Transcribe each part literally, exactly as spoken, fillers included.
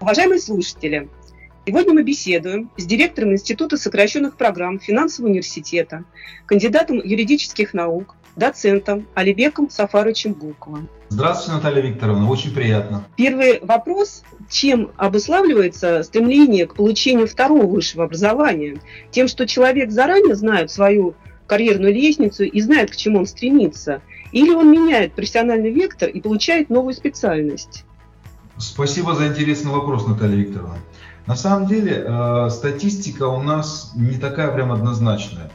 Уважаемые слушатели, сегодня мы беседуем с директором Института сокращенных программ Финансового университета, кандидатом юридических наук, доцентом Алибеком Сафаровичем Гулковым. Здравствуйте, Наталья Викторовна, очень приятно. Первый вопрос. Чем обуславливается стремление к получению второго высшего образования? Тем, что человек заранее знает свою карьерную лестницу и знает, к чему он стремится? Или он меняет профессиональный вектор и получает новую специальность? Спасибо за интересный вопрос, Наталья Викторовна. На самом деле, э, статистика у нас не такая прям однозначная.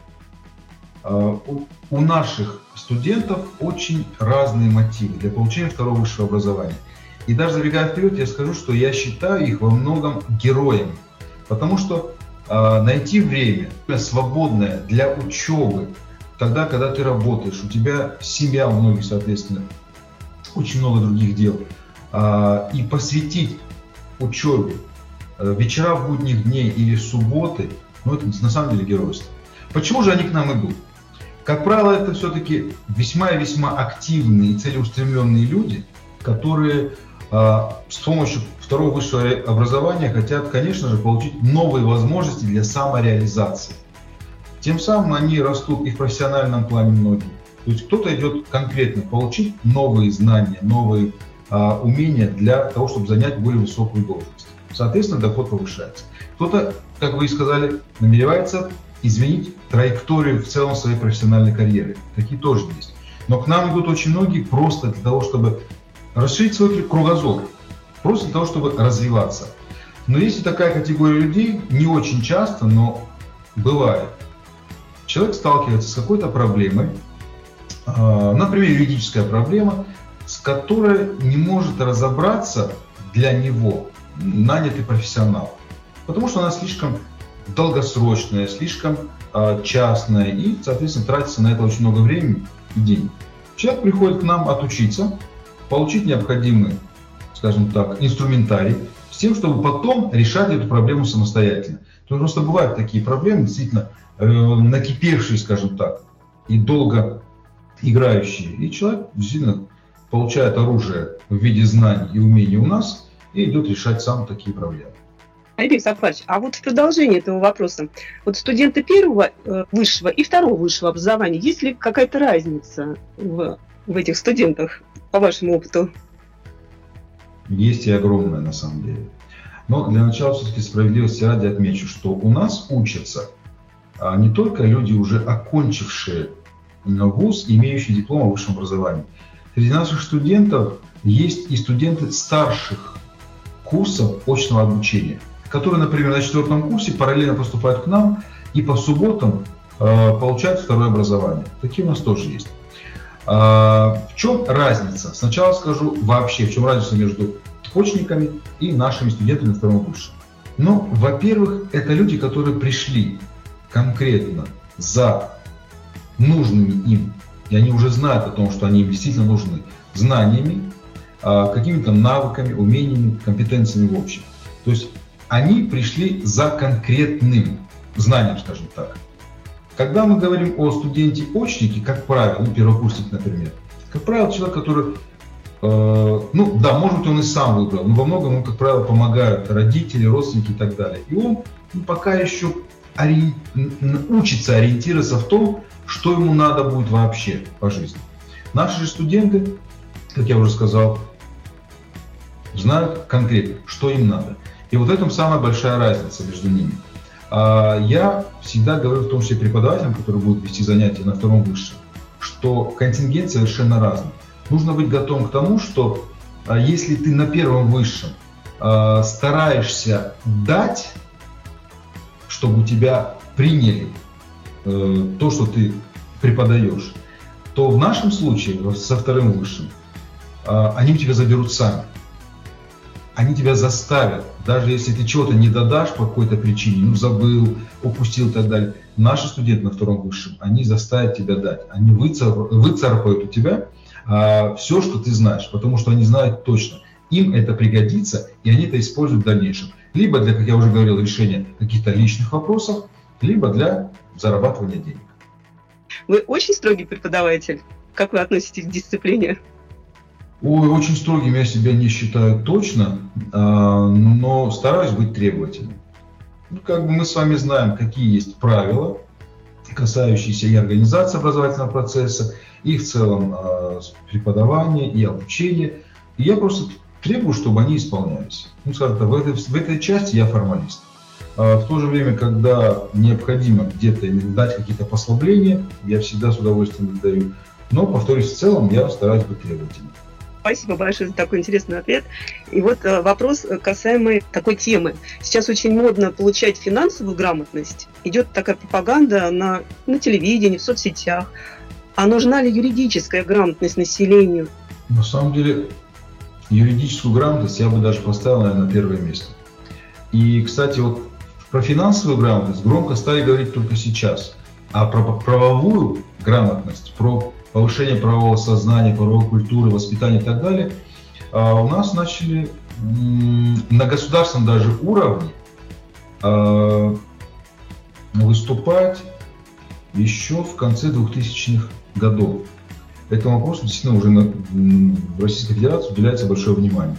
Э, у, у наших студентов очень разные мотивы для получения второго высшего образования. И даже забегая вперед, я скажу, что я считаю их во многом героями. Потому что э, найти время свободное для учебы, тогда, когда ты работаешь, у тебя семья у многих, соответственно, очень много других дел, э, и посвятить учебе вечера в будних дней или субботы, ну это на самом деле геройство. Почему же они к нам идут? Как правило, это все-таки весьма и весьма активные и целеустремленные люди, которые э, с помощью второго высшего образования хотят, конечно же, получить новые возможности для самореализации. Тем самым они растут и в профессиональном плане многие. То есть кто-то идет конкретно получить новые знания, новые э, умения для того, чтобы занять более высокую должность. Соответственно, доход повышается. Кто-то, как вы и сказали, намеревается изменить траекторию в целом своей профессиональной карьеры. Такие тоже есть. Но к нам идут очень многие просто для того, чтобы расширить свой кругозор, просто для того, чтобы развиваться. Но есть и такая категория людей, не очень часто, но бывает. Человек сталкивается с какой-то проблемой, например, юридическая проблема, с которой не может разобраться для него нанятый профессионал, потому что она слишком долгосрочная, слишком э, частная и, соответственно, тратится на это очень много времени и денег. Человек приходит к нам отучиться, получить необходимый, скажем так, инструментарий, с тем, чтобы потом решать эту проблему самостоятельно. Потому что бывают такие проблемы, действительно, э, накипевшие, скажем так, и долго играющие. И человек действительно получает оружие в виде знаний и умений у нас, и идет решать сам такие проблемы. Алибек Сафарович, а вот в продолжение этого вопроса, вот студенты первого э, высшего и второго высшего образования, есть ли какая-то разница в, в этих студентах, по вашему опыту? Есть и огромная, на самом деле. Но для начала все-таки справедливости ради отмечу, что у нас учатся а, не только люди, уже окончившие вуз, имеющие диплом о высшем образовании. Среди наших студентов есть и студенты старших курсов очного обучения, которые, например, на четвертом курсе параллельно поступают к нам и по субботам э, получают второе образование. Такие у нас тоже есть. А, в чем разница? Сначала скажу вообще, в чем разница между очниками и нашими студентами второго высшего. Ну, во-первых, это люди, которые пришли конкретно за нужными им, и они уже знают о том, что они им действительно нужны, знаниями, какими-то навыками, умениями, компетенциями в общем. То есть они пришли за конкретным знанием, скажем так. Когда мы говорим о студенте-очнике, как правило, ну, первокурсник, например, как правило, человек, который, э, ну да, может быть, он и сам выбрал, но во многом ему, как правило, помогают родители, родственники и так далее. И он ну, пока еще ори... учится ориентироваться в том, что ему надо будет вообще по жизни. Наши же студенты, как я уже сказал, знают конкретно, что им надо. И вот в этом самая большая разница между ними. Я всегда говорю, в том числе преподавателям, которые будут вести занятия на втором высшем, что контингент совершенно разный. Нужно быть готовым к тому, что если ты на первом высшем стараешься дать, чтобы у тебя приняли то, что ты преподаешь, то в нашем случае, со вторым высшим, они у тебя заберут сами. Они тебя заставят, даже если ты чего-то не додашь по какой-то причине, ну забыл, упустил и так далее. Наши студенты на втором высшем, они заставят тебя дать. Они выцарапают у тебя а, все, что ты знаешь, потому что они знают точно. Им это пригодится, и они это используют в дальнейшем. Либо для, как я уже говорил, решения каких-то личных вопросов, либо для зарабатывания денег. Вы очень строгий преподаватель. Как вы относитесь к дисциплине? Ой, очень строгим я себя не считаю точно, но стараюсь быть требовательным. Ну, как бы мы с вами знаем, какие есть правила, касающиеся и организации образовательного процесса, и в целом преподавания, и обучения. И я просто требую, чтобы они исполнялись. Ну, скажем так, в этой, в этой части я формалист. А в то же время, когда необходимо где-то дать какие-то послабления, я всегда с удовольствием их даю. Но, повторюсь, в целом я стараюсь быть требовательным. Спасибо большое за такой интересный ответ. И вот э, вопрос касаемый такой темы. Сейчас очень модно получать финансовую грамотность. Идет такая пропаганда на, на телевидении, в соцсетях. А нужна ли юридическая грамотность населению? На самом деле, юридическую грамотность я бы даже поставил, наверное, на первое место. И, кстати, вот про финансовую грамотность громко стали говорить только сейчас. А про правовую грамотность, про повышение правового сознания, правовой культуры, воспитания и так далее, у нас начали на государственном даже уровне выступать еще в конце двухтысячных годов. Этому вопросу действительно уже в Российской Федерации уделяется большое внимание.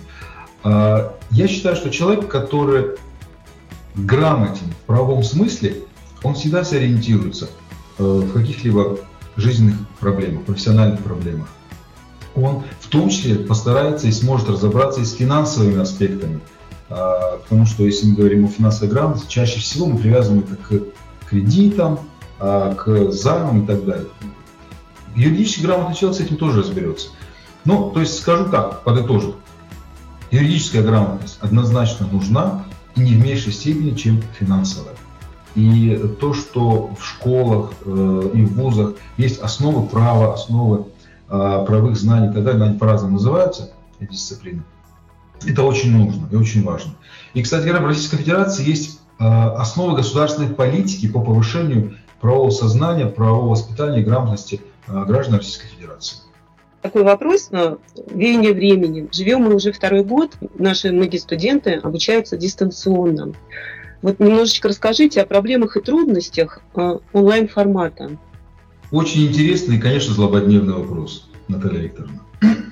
Я считаю, что человек, который грамотен в правовом смысле, он всегда сориентируется в каких-либо жизненных проблемах, профессиональных проблемах. Он в том числе постарается и сможет разобраться и с финансовыми аспектами. Потому что если мы говорим о финансовой грамотности, чаще всего мы привязываем это к кредитам, к займам и так далее. Юридически грамотный человек с этим тоже разберется. Ну, то есть скажу так, подытожу. Юридическая грамотность однозначно нужна и не в меньшей степени, чем финансовая. И то, что в школах э, и в вузах есть основы права, основы э, правовых знаний и так далее, они по-разному называются, эти дисциплины, это очень нужно и очень важно. И, кстати говоря, в Российской Федерации есть э, основы государственной политики по повышению правового сознания, правового воспитания и грамотности э, граждан Российской Федерации. Такой вопрос на веяние времени. Живем мы уже второй год, наши многие студенты обучаются дистанционно. Вот немножечко расскажите о проблемах и трудностях онлайн-формата. Очень интересный и, конечно, злободневный вопрос, Наталья Викторовна.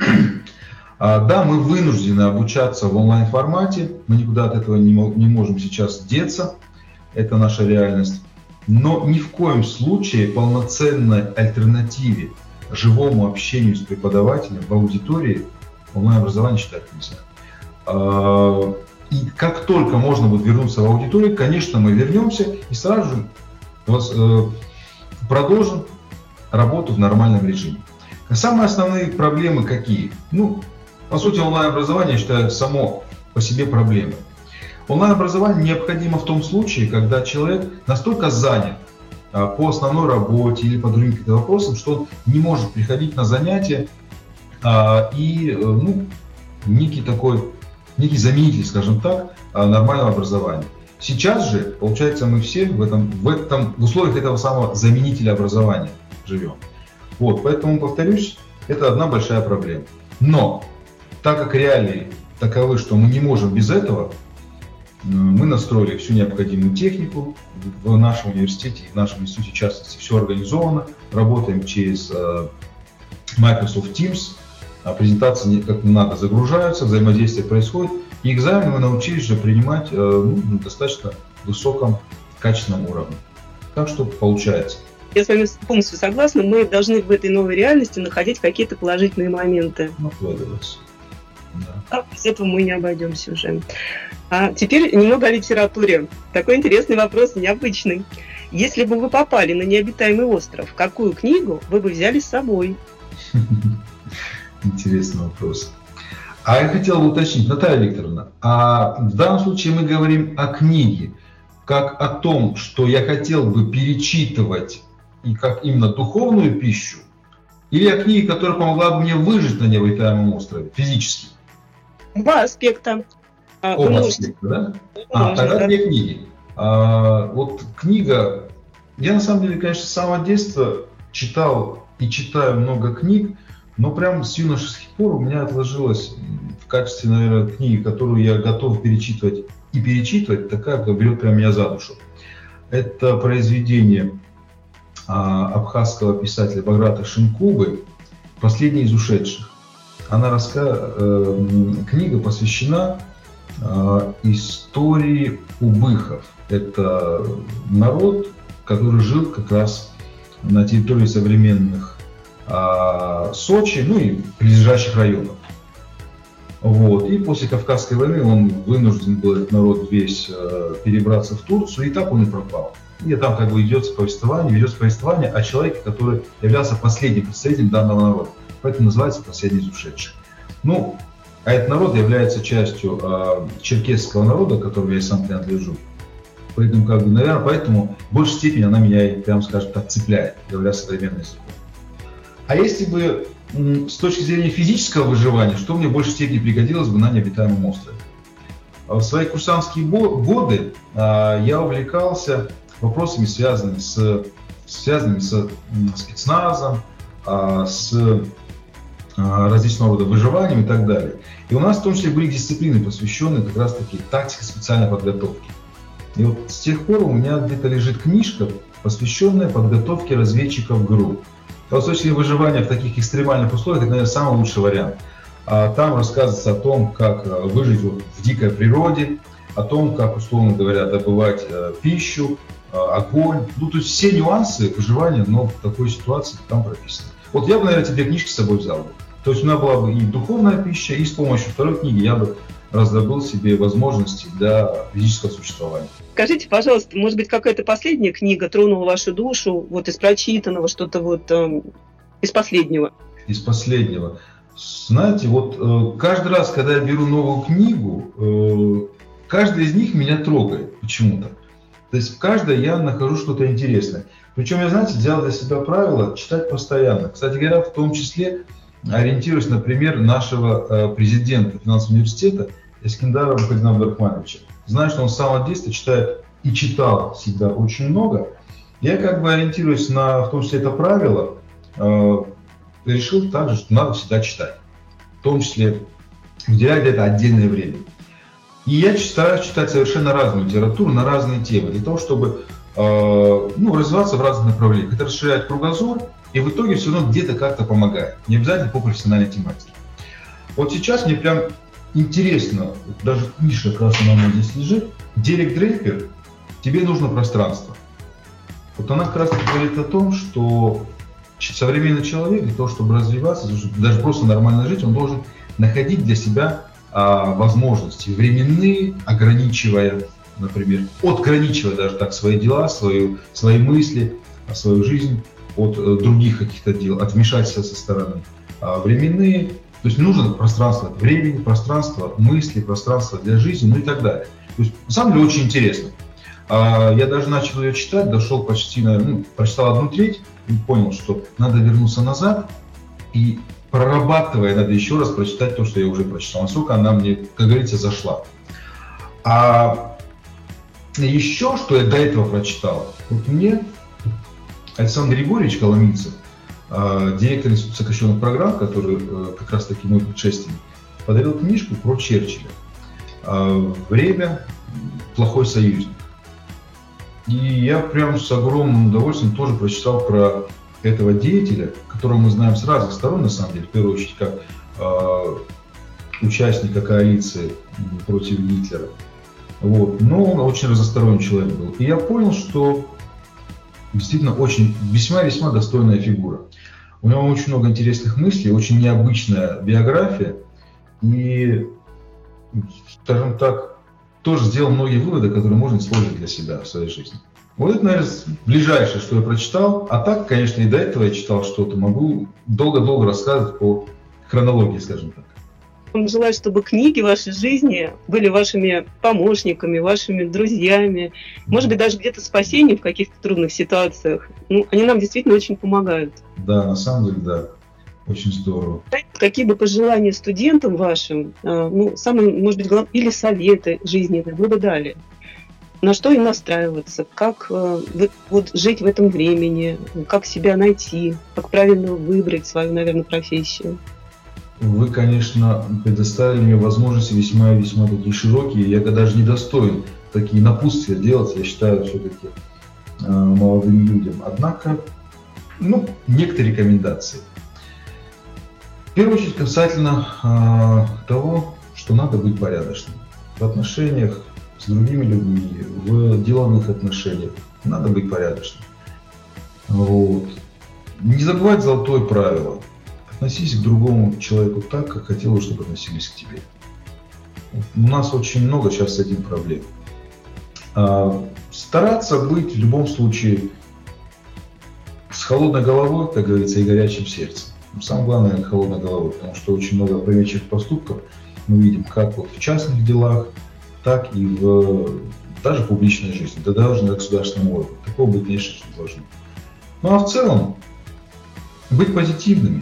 Да, мы вынуждены обучаться в онлайн-формате, мы никуда от этого не можем сейчас деться, это наша реальность. Но ни в коем случае полноценной альтернативе живому общению с преподавателем в аудитории онлайн-образование считать нельзя. И как только можно будет вернуться в аудиторию, конечно, мы вернемся и сразу же продолжим работу в нормальном режиме. Самые основные проблемы какие? Ну, по сути, онлайн-образование, я считаю, само по себе проблема. Онлайн-образование необходимо в том случае, когда человек настолько занят по основной работе или по другим каким-то вопросам, что он не может приходить на занятия и, ну, некий такой некий заменитель, скажем так, нормального образования. Сейчас же, получается, мы все в, этом, в, этом, в условиях этого самого заменителя образования живем. Вот, поэтому, повторюсь, это одна большая проблема. Но, так как реалии таковы, что мы не можем без этого, мы настроили всю необходимую технику в нашем университете, в нашем институте, в частности, все организовано. Работаем через Microsoft Teams. Презентации как надо загружаются, взаимодействие происходит, и экзамены мы научились же принимать ну, на достаточно высоком качественном уровне. Так что получается. Я с вами полностью согласна, мы должны в этой новой реальности находить какие-то положительные моменты. Накладываться. Да. А без этого мы не обойдемся уже. А теперь немного о литературе. Такой интересный вопрос, необычный. Если бы вы попали на необитаемый остров, какую книгу вы бы взяли с собой? Интересный вопрос. А я хотел бы уточнить, Наталья Викторовна, а в данном случае мы говорим о книге, как о том, что я хотел бы перечитывать и как именно духовную пищу, или о книге, которая помогла бы мне выжить на необитаемом острове физически? Два аспекта. Оба аспекта, да? А, тогда две книги. А, вот книга, я на самом деле, конечно, с самого детства читал и читаю много книг, но прямо с юношеских пор у меня отложилось в качестве, наверное, книги, которую я готов перечитывать и перечитывать, такая, которая берет прямо меня за душу. Это произведение а, абхазского писателя Баграта Шинкубы «Последний из ушедших». Она раска... Книга посвящена истории убыхов. Это народ, который жил как раз на территории современных Сочи, ну и прилежащих районов. Вот. И после Кавказской войны он вынужден был, этот народ весь, перебраться в Турцию, и так он и пропал. И там как бы ведется повествование, ведется повествование о человеке, который являлся последним представителем данного народа. Поэтому называется «Последний из ушедших». Ну, а этот народ является частью э, черкесского народа, к которому я и сам принадлежу. Поэтому, как бы, наверное, поэтому в большей степени она меня, прям скажем так, цепляет, говоря современным языком. А если бы м, с точки зрения физического выживания, что мне в большей степени пригодилось бы на необитаемом острове? В свои курсантские годы э, я увлекался вопросами, связанными с, связанными с м, спецназом, э, с э, различного рода выживанием и так далее. И у нас в том числе были дисциплины, посвященные как раз таки тактике специальной подготовки. И вот с тех пор у меня где-то лежит книжка, посвященная подготовке разведчиков ГРУ. А вот с точки зрения выживания в таких экстремальных условиях, это, наверное, самый лучший вариант. А там рассказывается о том, как выжить вот в дикой природе, о том, как, условно говоря, добывать э, пищу, э, огонь. Ну, то есть все нюансы выживания, но в такой ситуации там прописаны. Вот я бы, наверное, эти две книжки с собой взял бы. То есть у меня была бы и духовная пища, и с помощью второй книги я бы раздобыл себе возможности для физического существования. Скажите, пожалуйста, может быть, какая-то последняя книга тронула вашу душу, вот из прочитанного, что-то вот э, из последнего? Из последнего. Знаете, вот э, каждый раз, когда я беру новую книгу, э, каждая из них меня трогает почему-то. То есть в каждой я нахожу что-то интересное. Причем я, знаете, взял для себя правило читать постоянно. Кстати говоря, в том числе ориентируясь на пример нашего э, президента финансового университета Эскендара Мухаммеда Абдрахмановича. Знаю, что он с самого детства читает и читал всегда очень много. Я как бы ориентируясь на, в том числе, это правило, э, решил также, что надо всегда читать. В том числе уделять для этого отдельное время. И я стараюсь читать совершенно разную литературу на разные темы, для того, чтобы э, ну, развиваться в разных направлениях. Это расширяет кругозор, и в итоге все равно где-то как-то помогает. Не обязательно по профессиональной тематике. Вот сейчас мне прям интересно, даже книжка как раз она у меня здесь лежит, Дерек Дрейпер «Тебе нужно пространство». Вот она как раз говорит о том, что современный человек для того, чтобы развиваться, даже просто нормально жить, он должен находить для себя а, возможности временные, ограничивая, например, отграничивая даже так свои дела, свою, свои мысли, свою жизнь от других каких-то дел, от вмешательства со стороны. А временные, то есть нужно пространство времени, пространство мысли, пространство для жизни, ну и так далее. То есть на самом деле очень интересно. А, я даже начал ее читать, дошел почти, наверное, ну, прочитал одну треть и понял, что надо вернуться назад и, прорабатывая, надо еще раз прочитать то, что я уже прочитал. Насколько она мне, как говорится, зашла. А еще, что я до этого прочитал, вот мне Александр Григорьевич Коломийцев, директор Института сокращенных программ, который как раз таки мой предшественник, подарил книжку про Черчилля «Время. Плохой союзник». И я прям с огромным удовольствием тоже прочитал про этого деятеля, которого мы знаем с разных сторон, на самом деле, в первую очередь, как э, участника коалиции против Гитлера. Вот. Но он очень разносторонний человек был. И я понял, что действительно очень весьма-весьма достойная фигура. У него очень много интересных мыслей, очень необычная биография. И, скажем так, тоже сделал многие выводы, которые можно использовать для себя в своей жизни. Вот это, наверное, ближайшее, что я прочитал. А так, конечно, и до этого я читал что-то. Могу долго-долго рассказывать по хронологии, скажем так. Желаю, чтобы книги в вашей жизни были вашими помощниками, вашими друзьями. Может быть, даже где-то спасением в каких-то трудных ситуациях. Ну, они нам действительно очень помогают. Да, на самом деле, да. Очень здорово. Какие бы пожелания студентам вашим, ну, самые, может быть, глав... или советы жизненные вы бы дали? На что им настраиваться? Как вот, жить в этом времени? Как себя найти? Как правильно выбрать свою, наверное, профессию? Вы, конечно, предоставили мне возможности весьма-весьма такие широкие. Я даже не достоин такие напутствия делать, я считаю, все-таки э, молодым людям. Однако, ну, некоторые рекомендации. первую очередь касательно э, того, что надо быть порядочным в отношениях с другими людьми, в деловых отношениях. Надо быть порядочным. Вот. Не забывать золотое правило. Относись к другому человеку так, как хотелось, чтобы относились к тебе. У нас очень много сейчас с этим проблем. А, стараться быть в любом случае с холодной головой, как говорится, и горячим сердцем. Самое главное, холодной головой, потому что очень много опрометчивых поступков мы видим как вот в частных делах, так и в даже в публичной жизни, да даже на государственном уровне. Такого быть, конечно, не должно. Ну а в целом, быть позитивными,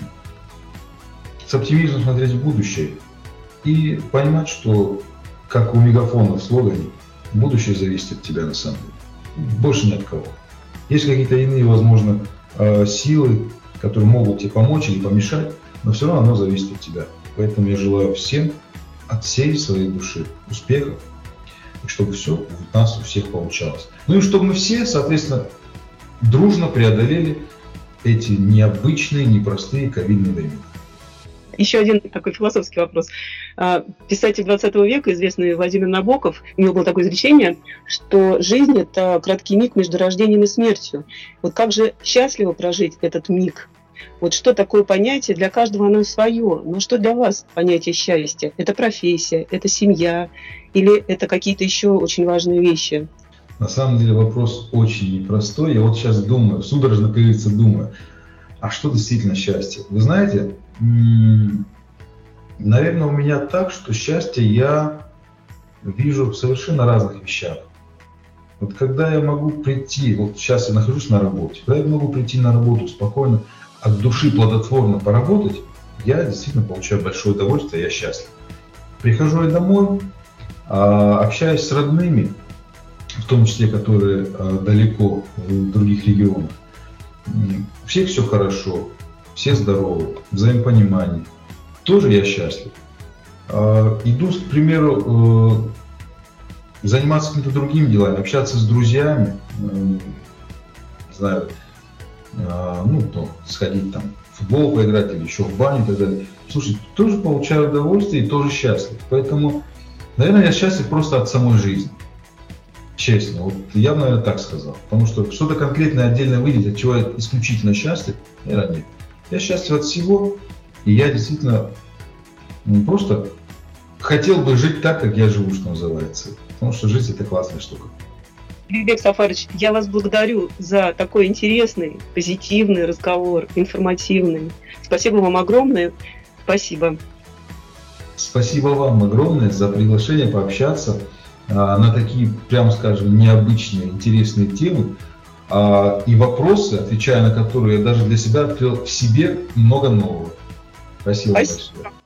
с оптимизмом смотреть в будущее и понимать, что, как у Мегафона в слогане, будущее зависит от тебя на самом деле. Больше ни от кого. Есть какие-то иные, возможно, силы, которые могут тебе помочь или помешать, но все равно оно зависит от тебя. Поэтому я желаю всем от всей своей души успехов, и чтобы все у нас у всех получалось. Ну и чтобы мы все, соответственно, дружно преодолели эти необычные, непростые ковидные времена. Еще один такой философский вопрос. Писатель двадцатого века, известный Владимир Набоков, у него было такое изречение, что жизнь – это краткий миг между рождением и смертью. Вот как же счастливо прожить этот миг? Вот что такое понятие, для каждого оно свое. Но что для вас понятие счастья? Это профессия, это семья или это какие-то еще очень важные вещи? На самом деле вопрос очень непростой. Я вот сейчас думаю, судорожно, как говорится, думаю, а что действительно счастье? Вы знаете, наверное, у меня так, что счастье я вижу в совершенно разных вещах. Вот когда я могу прийти, вот сейчас я нахожусь на работе, когда я могу прийти на работу спокойно, от души плодотворно поработать, я действительно получаю большое удовольствие, я счастлив. Прихожу я домой, общаюсь с родными, в том числе, которые далеко, в других регионах. У всех все хорошо, все здоровы, взаимопонимание. Тоже я счастлив. Иду, к примеру, заниматься какими-то другими делами, общаться с друзьями, не знаю, ну, то, сходить там в футбол поиграть или еще в баню и так далее. Слушай, тоже получаю удовольствие и тоже счастлив. Поэтому, наверное, я счастлив просто от самой жизни. Честно, вот я бы, наверное, так сказал. Потому что что-то конкретное, отдельно выделить, от чего я исключительно счастлив, наверное, нет. Я счастлив от всего, и я действительно ну, просто хотел бы жить так, как я живу, что называется. Потому что жизнь – это классная штука. Бибек Сафарович, я вас благодарю за такой интересный, позитивный разговор, информативный. Спасибо вам огромное. Спасибо. Спасибо вам огромное за приглашение пообщаться а, на такие, прямо скажем, необычные, интересные темы. А, и вопросы, отвечая на которые я даже для себя открыл в себе много нового. Спасибо, Спасибо. большое.